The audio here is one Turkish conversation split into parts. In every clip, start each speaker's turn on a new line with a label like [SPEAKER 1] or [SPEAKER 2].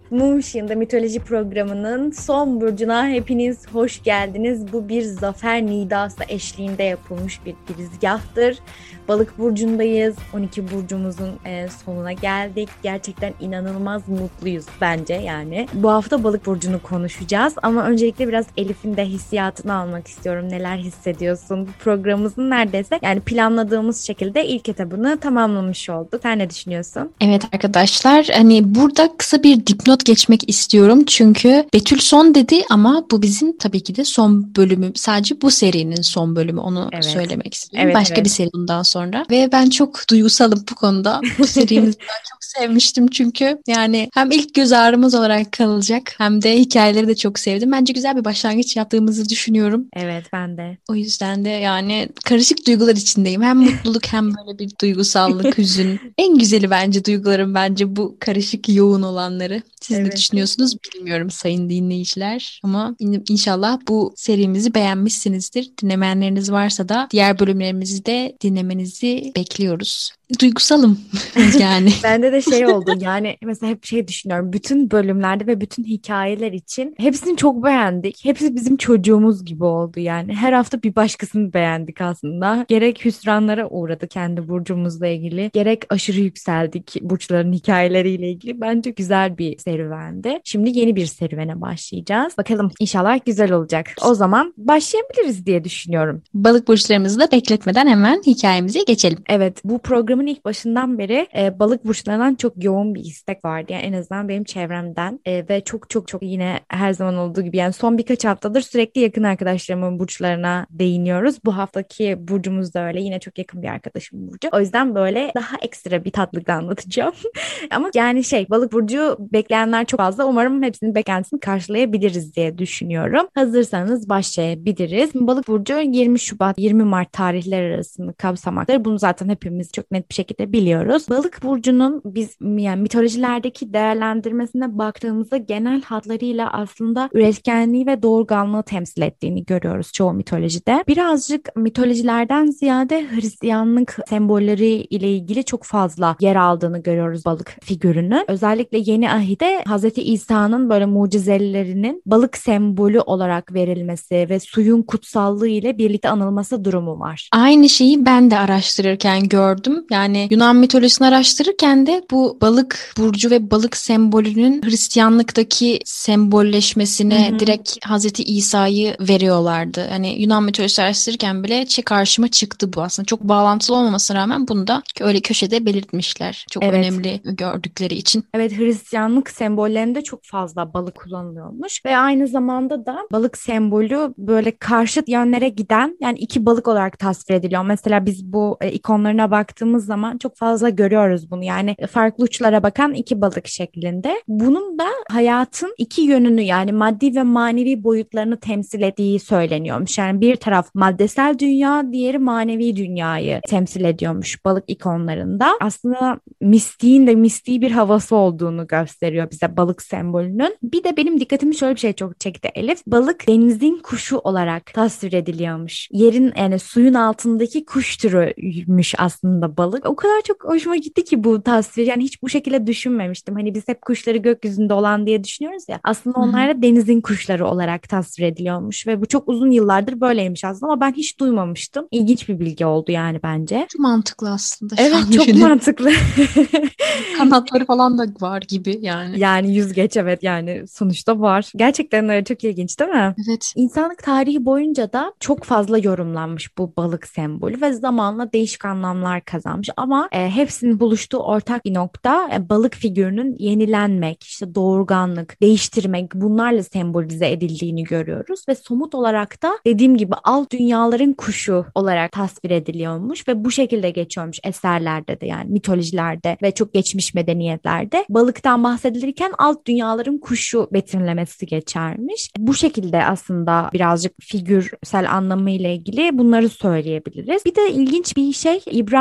[SPEAKER 1] Mum Işığında Mitoloji programının son burcuna hepiniz hoş geldiniz. Bu bir zafer nidası eşliğinde yapılmış bir girizgahtır. Balık burcundayız. 12 burcumuzun sonuna geldik. Gerçekten inanılmaz mutluyuz bence yani. Bu hafta balık burcunu konuşacağız ama öncelikle biraz Elif'in de hissiyatını almak istiyorum. Neler hissediyorsun? Bu programımızın neredeyse yani planladığımız şekilde ilk etabını tamamlamış olduk. Sen ne düşünüyorsun?
[SPEAKER 2] Evet arkadaşlar, hani burada kısa bir dipnot geçmek istiyorum çünkü Betül son dedi ama bu bizim tabii ki de son bölümü, sadece bu serinin son bölümü, onu
[SPEAKER 1] Evet.
[SPEAKER 2] söylemek istiyorum.
[SPEAKER 1] Evet,
[SPEAKER 2] Başka bir
[SPEAKER 1] evet.
[SPEAKER 2] seri bundan sonra ve ben çok duygusalım bu konuda. Bu serimizi ben çok sevmiştim çünkü yani hem ilk göz ağrımız olarak kalacak hem de hikayeleri de çok sevdim. Bence güzel bir başlangıç yaptığımızı düşünüyorum.
[SPEAKER 1] Evet, ben de.
[SPEAKER 2] O yüzden de yani karışık duygular içindeyim. Hem mutluluk hem böyle bir duygusallık, hüzün. En güzeli bence duygularım, bence bu karışık yoğun olanları. Siz ne
[SPEAKER 1] Evet.
[SPEAKER 2] düşünüyorsunuz bilmiyorum sayın dinleyiciler. Ama inşallah bu serimizi beğenmişsinizdir. Dinlemeyenleriniz varsa da diğer bölümlerimizi de dinlemenizi bekliyoruz. Duygusalım yani.
[SPEAKER 1] Bende de şey oldu yani mesela hep şey düşünüyorum, bütün bölümlerde ve bütün hikayeler için hepsini çok beğendik. Hepsi bizim çocuğumuz gibi oldu yani. Her hafta bir başkasını beğendik aslında. Gerek hüsranlara uğradı kendi burcumuzla ilgili, gerek aşırı yükseldik burçların hikayeleriyle ilgili. Bence güzel bir serüvendi. Şimdi yeni bir serüvene başlayacağız. Bakalım, inşallah güzel olacak. O zaman başlayabiliriz diye düşünüyorum.
[SPEAKER 2] Balık burçlarımızı da bekletmeden hemen hikayemize geçelim.
[SPEAKER 1] Evet, bu programın ilk başından beri balık burçlarından çok yoğun bir istek vardı. Yani en azından benim çevremden ve çok çok çok yine her zaman olduğu gibi yani son birkaç haftadır sürekli yakın arkadaşlarımın burçlarına değiniyoruz. Bu haftaki burcumuz da öyle. Yine çok yakın bir arkadaşım burcu. O yüzden böyle daha ekstra bir tatlılıkla anlatacağım. Ama yani balık burcu bekleyenler çok fazla. Umarım hepsinin beklentisini karşılayabiliriz diye düşünüyorum. Hazırsanız başlayabiliriz. Balık burcu 20 Şubat 20 Mart tarihleri arasını kapsamaktadır. Bunu zaten hepimiz çok net bir şekilde biliyoruz. Balık burcunun biz yani mitolojilerdeki değerlendirmesine baktığımızda genel hatlarıyla aslında üretkenliği ve doğurganlığı temsil ettiğini görüyoruz çoğu mitolojide. Birazcık mitolojilerden ziyade Hristiyanlık sembolleri ile ilgili çok fazla yer aldığını görüyoruz balık figürünü. Özellikle Yeni Ahit'te Hazreti İsa'nın böyle mucizelerinin balık sembolü olarak verilmesi ve suyun kutsallığı ile birlikte anılması durumu var.
[SPEAKER 2] Aynı şeyi ben de araştırırken gördüm. Yani Yunan mitolojisini araştırırken de bu balık burcu ve balık sembolünün Hristiyanlıktaki
[SPEAKER 1] Hı
[SPEAKER 2] sembolleşmesine
[SPEAKER 1] hı.
[SPEAKER 2] direkt Hazreti İsa'yı veriyorlardı. Hani Yunan mitolojisi araştırırken bile karşıma çıktı bu aslında. Çok bağlantılı olmamasına rağmen bunu da öyle köşede belirtmişler. Çok
[SPEAKER 1] Evet.
[SPEAKER 2] önemli gördükleri için.
[SPEAKER 1] Evet, Hristiyanlık sembollerinde çok fazla balık kullanılıyormuş ve aynı zamanda da balık sembolü böyle karşıt yönlere giden yani iki balık olarak tasvir ediliyor. Mesela biz bu ikonlarına baktığımız zaman çok fazla görüyoruz bunu. Yani farklı uçlara bakan iki balık şeklinde. Bunun da hayatın iki yönünü yani maddi ve manevi boyutlarını temsil ettiği söyleniyormuş. Yani bir taraf maddesel dünya, diğeri manevi dünyayı temsil ediyormuş balık ikonlarında. Aslında mistiği bir havası olduğunu gösteriyor bize balık sembolünün. Bir de benim dikkatimi şöyle bir şey çok çekti Elif. Balık denizin kuşu olarak tasvir ediliyormuş. Yerin yani suyun altındaki kuş türüymüş aslında balık. O kadar çok hoşuma gitti ki bu tasvir. Yani hiç bu şekilde düşünmemiştim. Hani biz hep kuşları gökyüzünde olan diye düşünüyoruz ya. Aslında
[SPEAKER 2] Hı hı.
[SPEAKER 1] onlar da denizin kuşları olarak tasvir ediliyormuş ve bu çok uzun yıllardır böyleymiş aslında ama ben hiç duymamıştım. İlginç bir bilgi oldu yani bence.
[SPEAKER 2] Çok mantıklı aslında şu
[SPEAKER 1] Evet,
[SPEAKER 2] an
[SPEAKER 1] çok
[SPEAKER 2] düşünüyorum.
[SPEAKER 1] mantıklı.
[SPEAKER 2] Kanatları falan da var gibi yani.
[SPEAKER 1] Yani yüzgeç, evet, yani sonuçta var. Gerçekten öyle, çok ilginç değil mi?
[SPEAKER 2] Evet.
[SPEAKER 1] İnsanlık tarihi boyunca da çok fazla yorumlanmış bu balık sembolü ve zamanla değişik anlamlar kazanmış. Ama hepsinin buluştuğu ortak bir nokta balık figürünün yenilenmek, işte doğurganlık, değiştirmek bunlarla sembolize edildiğini görüyoruz. Ve somut olarak da dediğim gibi alt dünyaların kuşu olarak tasvir ediliyormuş ve bu şekilde geçiyormuş eserlerde de yani mitolojilerde ve çok geçmiş medeniyetlerde. Balıktan bahsedilirken alt dünyaların kuşu betimlemesi geçermiş. Bu şekilde aslında birazcık figürsel anlamı ile ilgili bunları söyleyebiliriz. Bir de ilginç bir şey, İbranice ve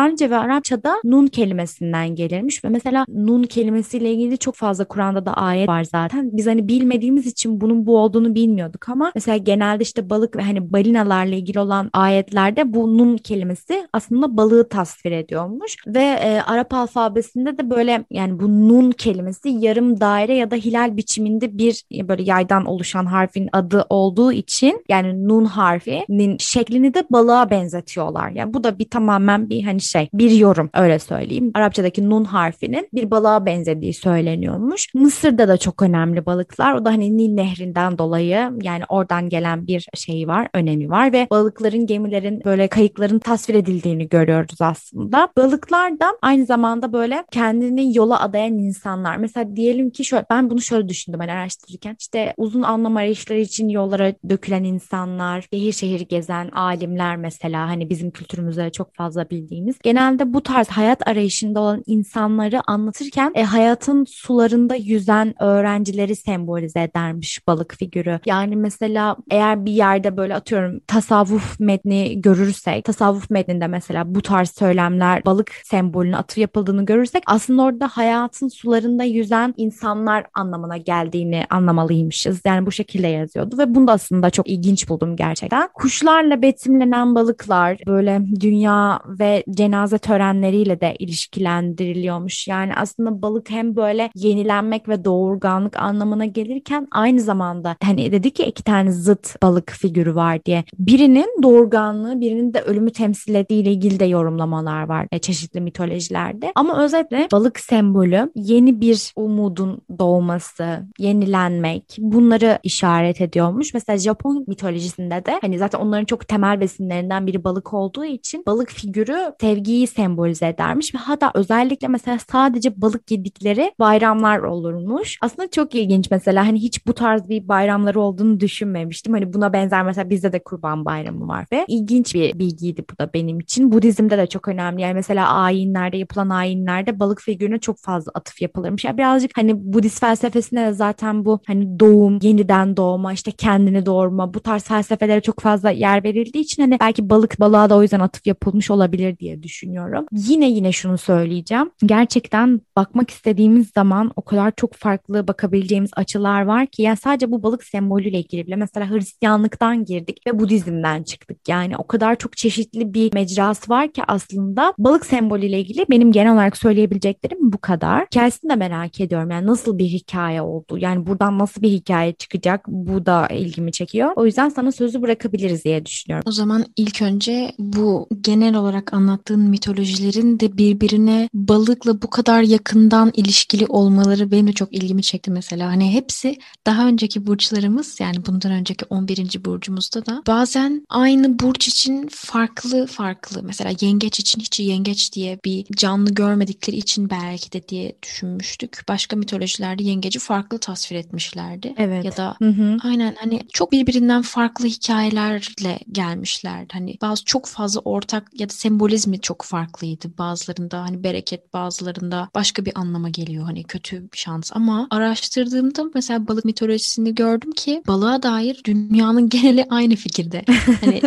[SPEAKER 1] Arapçada nun kelimesinden gelirmiş ve mesela nun kelimesiyle ilgili çok fazla Kur'an'da da ayet var zaten. Biz hani bilmediğimiz için bunun bu olduğunu bilmiyorduk ama mesela genelde işte balık ve hani balinalarla ilgili olan ayetlerde bu nun kelimesi aslında balığı tasvir ediyormuş ve Arap alfabesinde de böyle yani bu nun kelimesi yarım daire ya da hilal biçiminde bir böyle yaydan oluşan harfin adı olduğu için yani nun harfinin şeklini de balığa benzetiyorlar. Yani bu da bir tamamen bir hani bir yorum, öyle söyleyeyim. Arapçadaki nun harfinin bir balığa benzediği söyleniyormuş. Mısır'da da çok önemli balıklar. O da hani Nil Nehri'nden dolayı yani oradan gelen bir şey var, önemi var ve balıkların, gemilerin, böyle kayıkların tasvir edildiğini görüyoruz aslında. Balıklar da aynı zamanda böyle kendini yola adayan insanlar. Mesela diyelim ki şöyle, ben bunu şöyle düşündüm hani araştırırken, işte uzun anlam arayışları için yollara dökülen insanlar, şehir şehir gezen alimler mesela, hani bizim kültürümüzde çok fazla bildiğimiz. Genelde bu tarz hayat arayışında olan insanları anlatırken hayatın sularında yüzen öğrencileri sembolize edermiş balık figürü. Yani mesela eğer bir yerde böyle atıyorum tasavvuf metni görürsek, tasavvuf metninde mesela bu tarz söylemler, balık sembolüne atıf yapıldığını görürsek aslında orada hayatın sularında yüzen insanlar anlamına geldiğini anlamalıymışız. Yani bu şekilde yazıyordu ve bunu da aslında çok ilginç buldum gerçekten. Kuşlarla betimlenen balıklar böyle dünya ve cenaze törenleriyle de ilişkilendiriliyormuş. Yani aslında balık hem böyle yenilenmek ve doğurganlık anlamına gelirken aynı zamanda hani dedik ya iki tane zıt balık figürü var diye. Birinin doğurganlığı, birinin de ölümü temsil ettiğiyle ilgili de yorumlamalar var çeşitli mitolojilerde. Ama özetle balık sembolü yeni bir umudun doğması, yenilenmek, bunları işaret ediyormuş. Mesela Japon mitolojisinde de hani zaten onların çok temel besinlerinden biri balık olduğu için balık figürü sevgiyi sembolize edermiş ve hatta özellikle mesela sadece balık yedikleri bayramlar olurmuş. Aslında çok ilginç, mesela hani hiç bu tarz bir bayramları olduğunu düşünmemiştim. Hani buna benzer mesela bizde de Kurban Bayramı var ve ilginç bir bilgiydi bu da benim için. Budizm'de de çok önemli. Yani mesela ayinlerde, yapılan ayinlerde balık figürüne çok fazla atıf yapılırmış. Yani birazcık hani Budist felsefesinde de zaten bu hani doğum, yeniden doğma, işte kendini doğurma, bu tarz felsefelere çok fazla yer verildiği için hani belki balığa da o yüzden atıf yapılmış olabilir diye düşünüyorum. Yine şunu söyleyeceğim. Gerçekten bakmak istediğimiz zaman o kadar çok farklı bakabileceğimiz açılar var ki, yani sadece bu balık sembolüyle ilgili bile mesela Hristiyanlıktan girdik ve Budizm'den çıktık. Yani o kadar çok çeşitli bir mecrası var ki aslında balık sembolüyle ilgili benim genel olarak söyleyebileceklerim bu kadar. Hikayesini de merak ediyorum. Yani nasıl bir hikaye oldu? Yani buradan nasıl bir hikaye çıkacak? Bu da ilgimi çekiyor. O yüzden sana sözü bırakabiliriz diye düşünüyorum.
[SPEAKER 2] O zaman ilk önce bu genel olarak anlattığın mitolojilerin de birbirine balıkla bu kadar yakından ilişkili olmaları benim de çok ilgimi çekti mesela. Hani hepsi daha önceki burçlarımız, yani bundan önceki 11. burcumuzda da bazen aynı burç için farklı mesela yengeç için hiç yengeç diye bir canlı görmedikleri için belki de diye düşünmüştük. Başka mitolojilerde yengeci farklı tasvir etmişlerdi.
[SPEAKER 1] Evet.
[SPEAKER 2] Ya da
[SPEAKER 1] Hı hı.
[SPEAKER 2] aynen hani çok birbirinden farklı hikayelerle gelmişlerdi. Hani bazı çok fazla ortak ya da sembolizmi çok farklıydı. Bazılarında hani bereket, bazılarında başka bir anlama geliyor. Hani kötü bir şans. Ama araştırdığımda mesela balık mitolojisini gördüm ki balığa dair dünyanın geneli aynı fikirde. Hani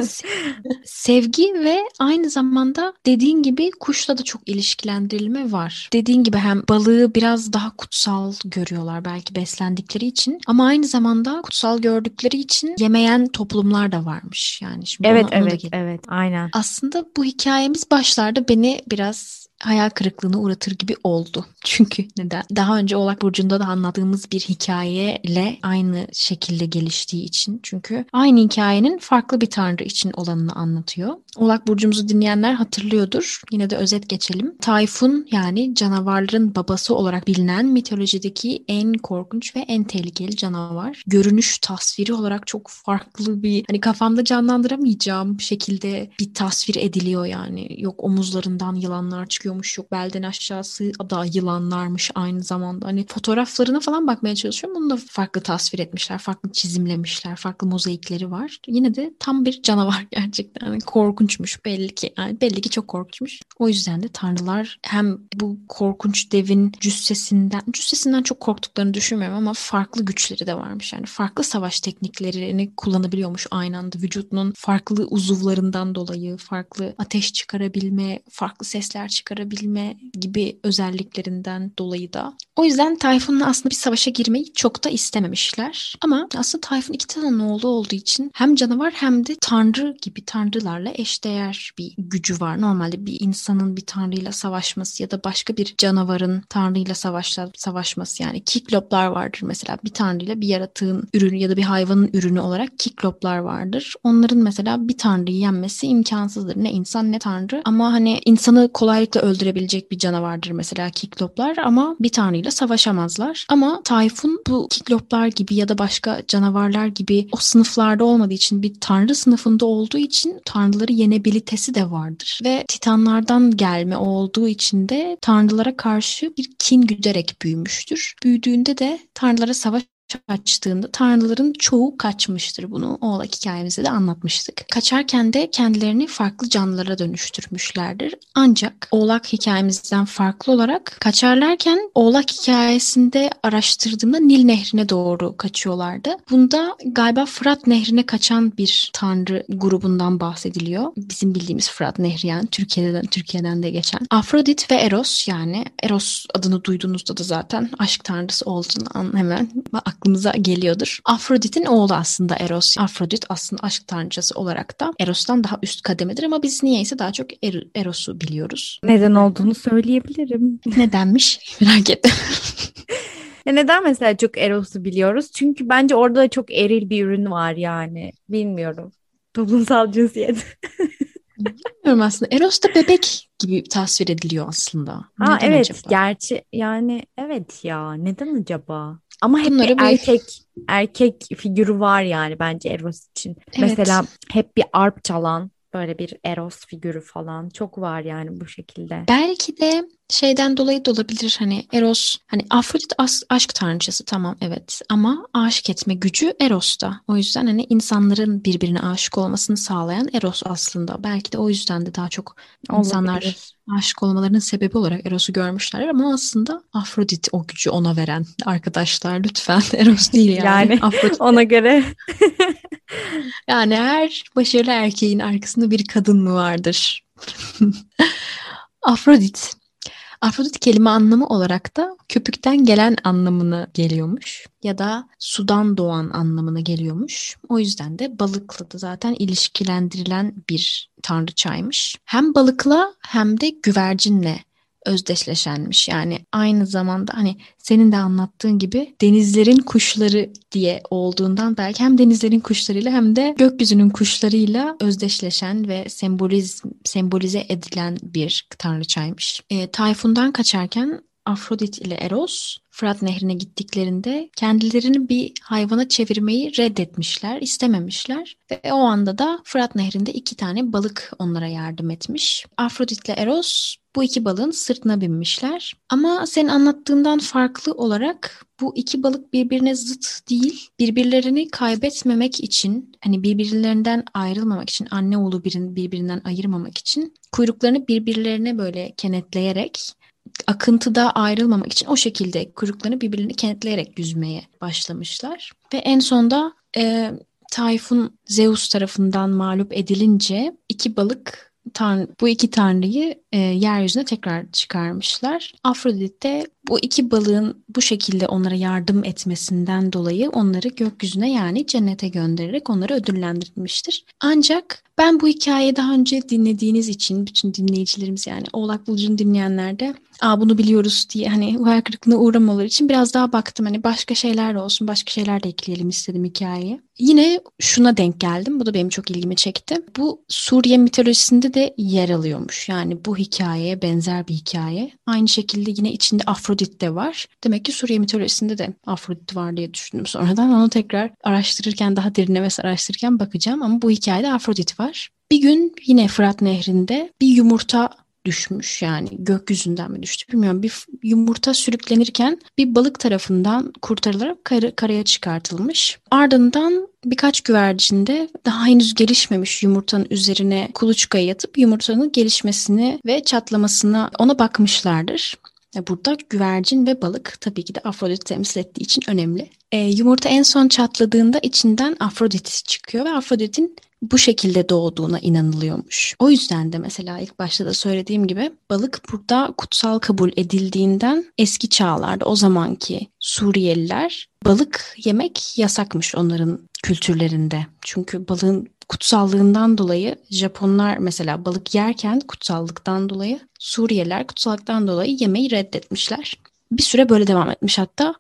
[SPEAKER 2] sevgi ve aynı zamanda dediğin gibi kuşla da çok ilişkilendirilme var. Dediğin gibi hem balığı biraz daha kutsal görüyorlar belki beslendikleri için ama aynı zamanda kutsal gördükleri için yemeyen toplumlar da varmış. Yani şimdi
[SPEAKER 1] Evet,
[SPEAKER 2] ona da
[SPEAKER 1] evet,
[SPEAKER 2] gelelim.
[SPEAKER 1] evet, aynen.
[SPEAKER 2] Aslında bu hikayemiz başlarda beni biraz hayal kırıklığına uğratır gibi oldu. Çünkü neden? Daha önce Oğlak Burcu'nda da anlattığımız bir hikayeyle aynı şekilde geliştiği için. Çünkü aynı hikayenin farklı bir tanrı için olanını anlatıyor. Oğlak Burcu'muzu dinleyenler hatırlıyordur. Yine de özet geçelim. Tayfun, yani canavarların babası olarak bilinen mitolojideki en korkunç ve en tehlikeli canavar. Görünüş tasviri olarak çok farklı bir, hani kafamda canlandıramayacağım şekilde bir tasvir ediliyor yani. Yok omuzlarından yılanlar çıkıyormuş, yok belden aşağısı da yılanlarmış aynı zamanda. Hani fotoğraflarına falan bakmaya çalışıyorum. Bunu da farklı tasvir etmişler, farklı çizimlemişler, farklı mozaikleri var. Yine de tam bir canavar gerçekten. Yani korkunç korkunçmuş belli ki. Yani belli ki çok korkunçmuş. O yüzden de tanrılar hem bu korkunç devin cüssesinden çok korktuklarını düşünmüyorum ama farklı güçleri de varmış. Yani farklı savaş tekniklerini kullanabiliyormuş aynı anda. Vücudunun farklı uzuvlarından dolayı farklı ateş çıkarabilme, farklı sesler çıkarabilme gibi özelliklerinden dolayı da. O yüzden Tayfun'la aslında bir savaşa girmeyi çok da istememişler. Ama aslında Tayfun 2 tane oğlu olduğu için hem canavar hem de tanrı gibi tanrılarla eşdeğer bir gücü var. Normalde bir insanın bir tanrıyla savaşması ya da başka bir canavarın tanrıyla savaşması, yani kikloplar vardır mesela, bir tanrıyla bir yaratığın ürünü ya da bir hayvanın ürünü olarak kikloplar vardır. Onların mesela bir tanrıyı yenmesi imkansızdır. Ne insan ne tanrı, ama hani insanı kolaylıkla öldürebilecek bir canavardır mesela kikloplar, ama bir tanrıyla savaşamazlar. Ama Tayfun bu kikloplar gibi ya da başka canavarlar gibi o sınıflarda olmadığı için, bir tanrı sınıfında olduğu için tanrıları yenebilitesi de vardır. Ve titanlardan gelme olduğu için de tanrılara karşı bir kin güderek büyümüştür. Büyüdüğünde de tanrılara savaş açtığında tanrıların çoğu kaçmıştır. Bunu Oğlak hikayemizde de anlatmıştık. Kaçarken de kendilerini farklı canlılara dönüştürmüşlerdir. Ancak Oğlak hikayemizden farklı olarak kaçarlarken Oğlak hikayesinde araştırdığımda Nil Nehri'ne doğru kaçıyorlardı. Bunda galiba Fırat Nehri'ne kaçan bir tanrı grubundan bahsediliyor. Bizim bildiğimiz Fırat Nehri, yani Türkiye'den de geçen. Afrodit ve Eros, yani Eros adını duyduğunuzda da zaten aşk tanrısı olduğunu hemen aklımıza geliyordur. Afrodit'in oğlu aslında Eros. Afrodit aslında aşk tanrıçası olarak da Eros'tan daha üst kademedir ama biz niyeyse daha çok Eros'u biliyoruz.
[SPEAKER 1] Neden olduğunu söyleyebilirim.
[SPEAKER 2] Nedenmiş? Merak ettim.
[SPEAKER 1] Neden mesela çok Eros'u biliyoruz? Çünkü bence orada da çok eril bir ürün var yani. Bilmiyorum. Toplumsal cinsiyet.
[SPEAKER 2] Bilmiyorum aslında. Eros da bebek gibi tasvir ediliyor aslında.
[SPEAKER 1] Ha
[SPEAKER 2] Neden
[SPEAKER 1] evet,
[SPEAKER 2] acaba?
[SPEAKER 1] gerçi yani evet ya, neden acaba? Ama hep bir
[SPEAKER 2] Bunları bir...
[SPEAKER 1] erkek figürü var yani bence Eros için.
[SPEAKER 2] Evet.
[SPEAKER 1] Mesela hep bir arp çalan böyle bir Eros figürü falan çok var yani bu şekilde.
[SPEAKER 2] Belki de şeyden dolayı da olabilir, hani Eros, hani Afrodit aşk tanrıçası, tamam evet, ama aşık etme gücü Eros'ta. O yüzden hani insanların birbirine aşık olmasını sağlayan Eros aslında. Belki de o yüzden de daha çok insanlar
[SPEAKER 1] Olabilir.
[SPEAKER 2] aşık olmalarının sebebi olarak Eros'u görmüşler, ama aslında Afrodit o gücü ona veren, arkadaşlar lütfen. Eros değil yani.
[SPEAKER 1] Yani
[SPEAKER 2] Afrodit.
[SPEAKER 1] ona göre
[SPEAKER 2] Yani her başarılı erkeğin arkasında bir kadın mı vardır? Afrodit. Afrodit kelime anlamı olarak da köpükten gelen anlamına geliyormuş ya da sudan doğan anlamına geliyormuş. O yüzden de balıkla da zaten ilişkilendirilen bir tanrıçaymış. Hem balıkla hem de güvercinle özdeşleşenmiş. Yani aynı zamanda hani senin de anlattığın gibi denizlerin kuşları diye olduğundan belki hem denizlerin kuşlarıyla hem de gökyüzünün kuşlarıyla özdeşleşen ve sembolize edilen bir tanrıçaymış. Tayfun'dan kaçarken Afrodit ile Eros Fırat Nehri'ne gittiklerinde kendilerini bir hayvana çevirmeyi reddetmişler, istememişler ve o anda da Fırat Nehri'nde 2 tane balık onlara yardım etmiş. Afrodit ile Eros bu 2 balığın sırtına binmişler. Ama senin anlattığından farklı olarak bu 2 balık birbirine zıt değil, birbirlerini kaybetmemek için, hani birbirlerinden ayrılmamak için, anne oğlu birbirinden ayırmamak için kuyruklarını birbirlerine böyle kenetleyerek, akıntıda ayrılmamak için o şekilde kuyruklarını birbirlerini kenetleyerek yüzmeye başlamışlar. Ve en sonda Tayfun Zeus tarafından mağlup edilince 2 balık bu 2 tanrıyı yeryüzüne tekrar çıkarmışlar. Afrodit de bu 2 balığın bu şekilde onlara yardım etmesinden dolayı onları gökyüzüne, yani cennete göndererek onları ödüllendirmiştir. Ancak ben bu hikayeyi daha önce dinlediğiniz için bütün dinleyicilerimiz, yani Oğlak Burcu'nu dinleyenler de bunu biliyoruz diye hani hayal kırıklığına uğramaları için biraz daha baktım. Hani başka şeyler de olsun, başka şeyler de ekleyelim istedim hikayeye. Yine şuna denk geldim. Bu da benim çok ilgimi çekti. Bu Suriye mitolojisinde de yer alıyormuş. Yani bu hikayeye benzer bir hikaye. Aynı şekilde yine içinde Afrodit de var. Demek ki Suriye mitolojisinde de Afrodit var diye düşündüm sonradan. Onu tekrar araştırırken, daha derinlemesine araştırırken bakacağım. Ama bu hikayede Afrodit var. Bir gün yine Fırat Nehri'nde bir yumurta düşmüş, yani gökyüzünden mi düştü bilmiyorum. Bir yumurta sürüklenirken bir balık tarafından kurtarılarak karaya çıkartılmış. Ardından birkaç güvercin de daha henüz gelişmemiş yumurtanın üzerine kuluçkaya yatıp yumurtanın gelişmesini ve çatlamasına ona bakmışlardır. Burada güvercin ve balık tabii ki de Afrodit temsil ettiği için önemli. Yumurta en son çatladığında içinden Afrodit çıkıyor ve Afrodit'in bu şekilde doğduğuna inanılıyormuş. O yüzden de mesela ilk başta da söylediğim gibi balık burada kutsal kabul edildiğinden eski çağlarda o zamanki Suriyeliler balık yemek yasakmış onların kültürlerinde. Çünkü balığın kutsallığından dolayı Japonlar mesela balık yerken kutsallıktan dolayı, Suriyeliler kutsallıktan dolayı yemeği reddetmişler. Bir süre böyle devam etmiş hatta.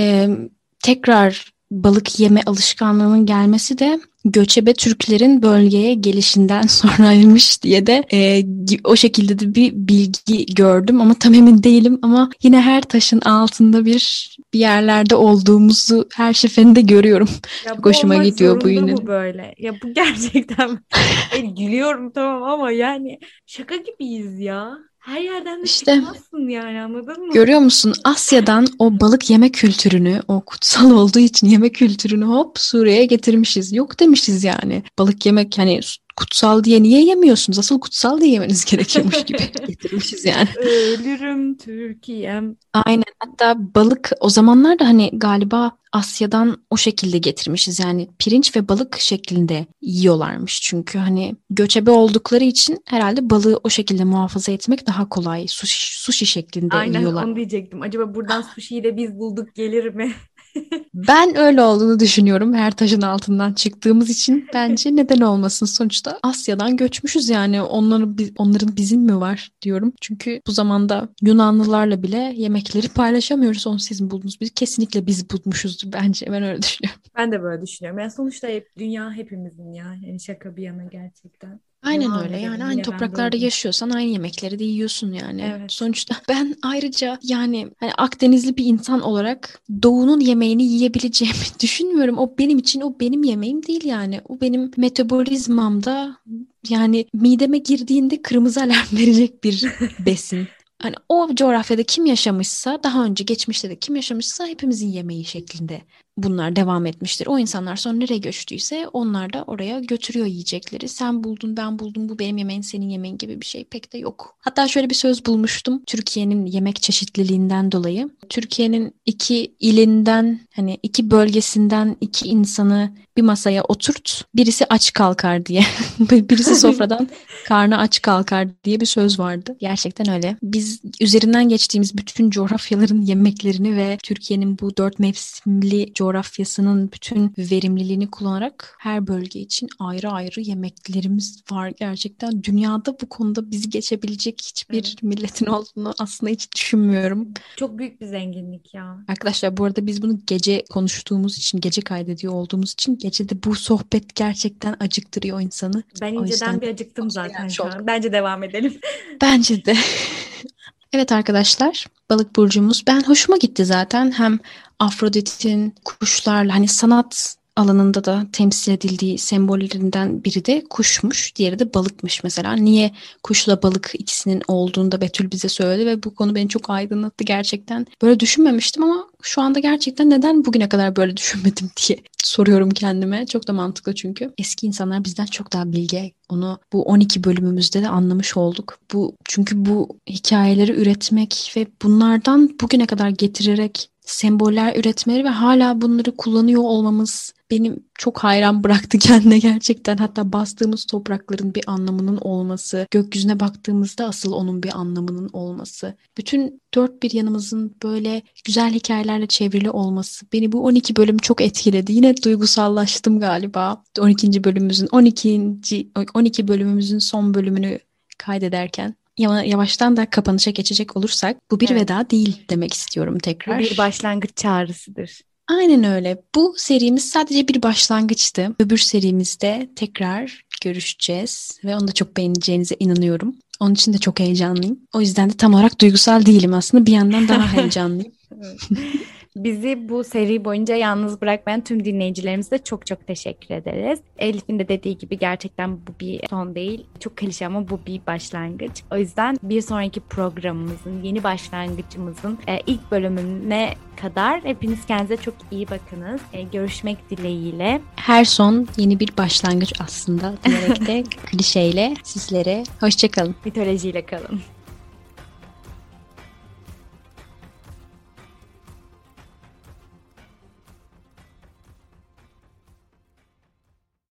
[SPEAKER 2] Tekrar balık yeme alışkanlığının gelmesi de göçebe Türklerin bölgeye gelişinden sonraymış diye de o şekilde de bir bilgi gördüm ama tam emin değilim, ama yine her taşın altında bir yerlerde olduğumuzu her seferinde görüyorum.
[SPEAKER 1] Ya
[SPEAKER 2] Çok
[SPEAKER 1] bu
[SPEAKER 2] hoşuma
[SPEAKER 1] olmak
[SPEAKER 2] gidiyor bu
[SPEAKER 1] zorunda
[SPEAKER 2] yine.
[SPEAKER 1] mı böyle? Ya bu gerçekten gülüyorum tamam ama yani şaka gibiyiz ya. Her yerden de
[SPEAKER 2] İşte
[SPEAKER 1] çıkmazsın yani, anladın mı?
[SPEAKER 2] görüyor musun? Asya'dan o balık yeme kültürünü, o kutsal olduğu için yeme kültürünü hop Suriye'ye getirmişiz. Yok demişiz yani. Balık yemek hani kutsal diye niye yemiyorsunuz? Asıl kutsal diye yemeniz gerekiyormuş gibi getirmişiz yani.
[SPEAKER 1] Ölürüm Türkiye'm.
[SPEAKER 2] Aynen. Hatta balık o zamanlar da hani galiba Asya'dan o şekilde getirmişiz. Yani pirinç ve balık şeklinde yiyorlarmış. Çünkü hani göçebe oldukları için herhalde balığı o şekilde muhafaza etmek daha kolay. Sushi şeklinde
[SPEAKER 1] Aynen
[SPEAKER 2] yiyorlar.
[SPEAKER 1] onu diyecektim. Acaba buradan sushi'yi de biz bulduk gelir mi?
[SPEAKER 2] Ben öyle olduğunu düşünüyorum. Her taşın altından çıktığımız için bence neden olmasın. Sonuçta Asya'dan göçmüşüz yani. Onların bizim mi var diyorum. Çünkü bu zamanda Yunanlılarla bile yemekleri paylaşamıyoruz. Onu siz mi buldunuz? Kesinlikle biz bulmuşuzdur bence. Ben öyle düşünüyorum.
[SPEAKER 1] Ben de böyle düşünüyorum. Yani sonuçta dünya hepimizin ya. Yani şaka bir yana gerçekten.
[SPEAKER 2] Aynen
[SPEAKER 1] Devam
[SPEAKER 2] öyle, yani
[SPEAKER 1] edelim.
[SPEAKER 2] aynı
[SPEAKER 1] Yine ben
[SPEAKER 2] topraklarda
[SPEAKER 1] böldüm.
[SPEAKER 2] yaşıyorsan aynı yemekleri de yiyorsun yani.
[SPEAKER 1] Evet.
[SPEAKER 2] Sonuçta ben ayrıca yani hani Akdenizli bir insan olarak doğunun yemeğini yiyebileceğimi düşünmüyorum. O benim için o benim yemeğim değil yani. O benim metabolizmamda yani mideme girdiğinde kırmızı alarm verecek bir besin. Hani o coğrafyada kim yaşamışsa, daha önce geçmişte de kim yaşamışsa hepimizin yemeği şeklinde bunlar devam etmiştir. O insanlar sonra nereye göçtüyse onlar da oraya götürüyor yiyecekleri. Sen buldun, ben buldum, bu benim yemeğim, senin yemeğin gibi bir şey pek de yok. Hatta şöyle bir söz bulmuştum Türkiye'nin yemek çeşitliliğinden dolayı. Türkiye'nin iki ilinden, hani iki bölgesinden iki insanı bir masaya oturt, birisi aç kalkar diye. Birisi sofradan karnı aç kalkar diye bir söz vardı. Gerçekten öyle. Biz üzerinden geçtiğimiz bütün coğrafyaların yemeklerini ve Türkiye'nin bu 4 mevsimli coğrafyasının bütün verimliliğini kullanarak her bölge için ayrı ayrı yemeklerimiz var. Gerçekten dünyada bu konuda bizi geçebilecek hiçbir
[SPEAKER 1] Evet.
[SPEAKER 2] milletin olduğunu aslında hiç düşünmüyorum.
[SPEAKER 1] Çok büyük bir zenginlik ya.
[SPEAKER 2] Arkadaşlar bu arada biz bunu gece konuştuğumuz için, gece kaydediyor olduğumuz için gece de bu sohbet gerçekten acıktırıyor insanı.
[SPEAKER 1] Ben
[SPEAKER 2] O yüzden
[SPEAKER 1] inceden bir acıktım
[SPEAKER 2] konuşmaya
[SPEAKER 1] zaten
[SPEAKER 2] gelmiş
[SPEAKER 1] şu
[SPEAKER 2] olduk.
[SPEAKER 1] an. Bence devam edelim.
[SPEAKER 2] Bence de. Evet arkadaşlar, balık burcumuz. Ben hoşuma gitti zaten. Hem Afrodit'in kuşlarla hani sanat alanında da temsil edildiği sembollerinden biri de kuşmuş, diğeri de balıkmış mesela. Niye kuşla balık ikisinin olduğunu da Betül bize söyledi ve bu konu beni çok aydınlattı gerçekten. Böyle düşünmemiştim ama şu anda gerçekten neden bugüne kadar böyle düşünmedim diye soruyorum kendime. Çok da mantıklı çünkü. Eski insanlar bizden çok daha bilge. Onu bu 12 bölümümüzde de anlamış olduk. Çünkü bu hikayeleri üretmek ve bunlardan bugüne kadar getirerek semboller üretmeleri ve hala bunları kullanıyor olmamız benim çok hayran bıraktı kendine gerçekten. Hatta bastığımız toprakların bir anlamının olması, gökyüzüne baktığımızda asıl onun bir anlamının olması, bütün dört bir yanımızın böyle güzel hikayelerle çevrili olması beni bu 12 bölüm çok etkiledi. Yine duygusallaştım galiba. 12 bölümümüzün son bölümünü kaydederken. Yavaştan da kapanışa geçecek olursak bu bir
[SPEAKER 1] Evet.
[SPEAKER 2] veda değil demek istiyorum
[SPEAKER 1] Bu bir
[SPEAKER 2] tekrar.
[SPEAKER 1] başlangıç çağrısıdır.
[SPEAKER 2] Aynen öyle. Bu serimiz sadece bir başlangıçtı. Öbür serimizde tekrar görüşeceğiz ve onu da çok beğeneceğinize inanıyorum. Onun için de çok heyecanlıyım. O yüzden de tam olarak duygusal değilim aslında. Bir yandan daha heyecanlıyım.
[SPEAKER 1] Evet. Bizi bu seri boyunca yalnız bırakmayan tüm dinleyicilerimize de çok çok teşekkür ederiz. Elif'in de dediği gibi gerçekten bu bir son değil. Çok klişe ama bu bir başlangıç. O yüzden bir sonraki programımızın, yeni başlangıcımızın ilk bölümüne kadar hepiniz kendinize çok iyi bakınız. Görüşmek dileğiyle.
[SPEAKER 2] Her son yeni bir başlangıç aslında diyerek de klişeyle sizlere hoşça kalın.
[SPEAKER 1] Mitolojiyle kalın.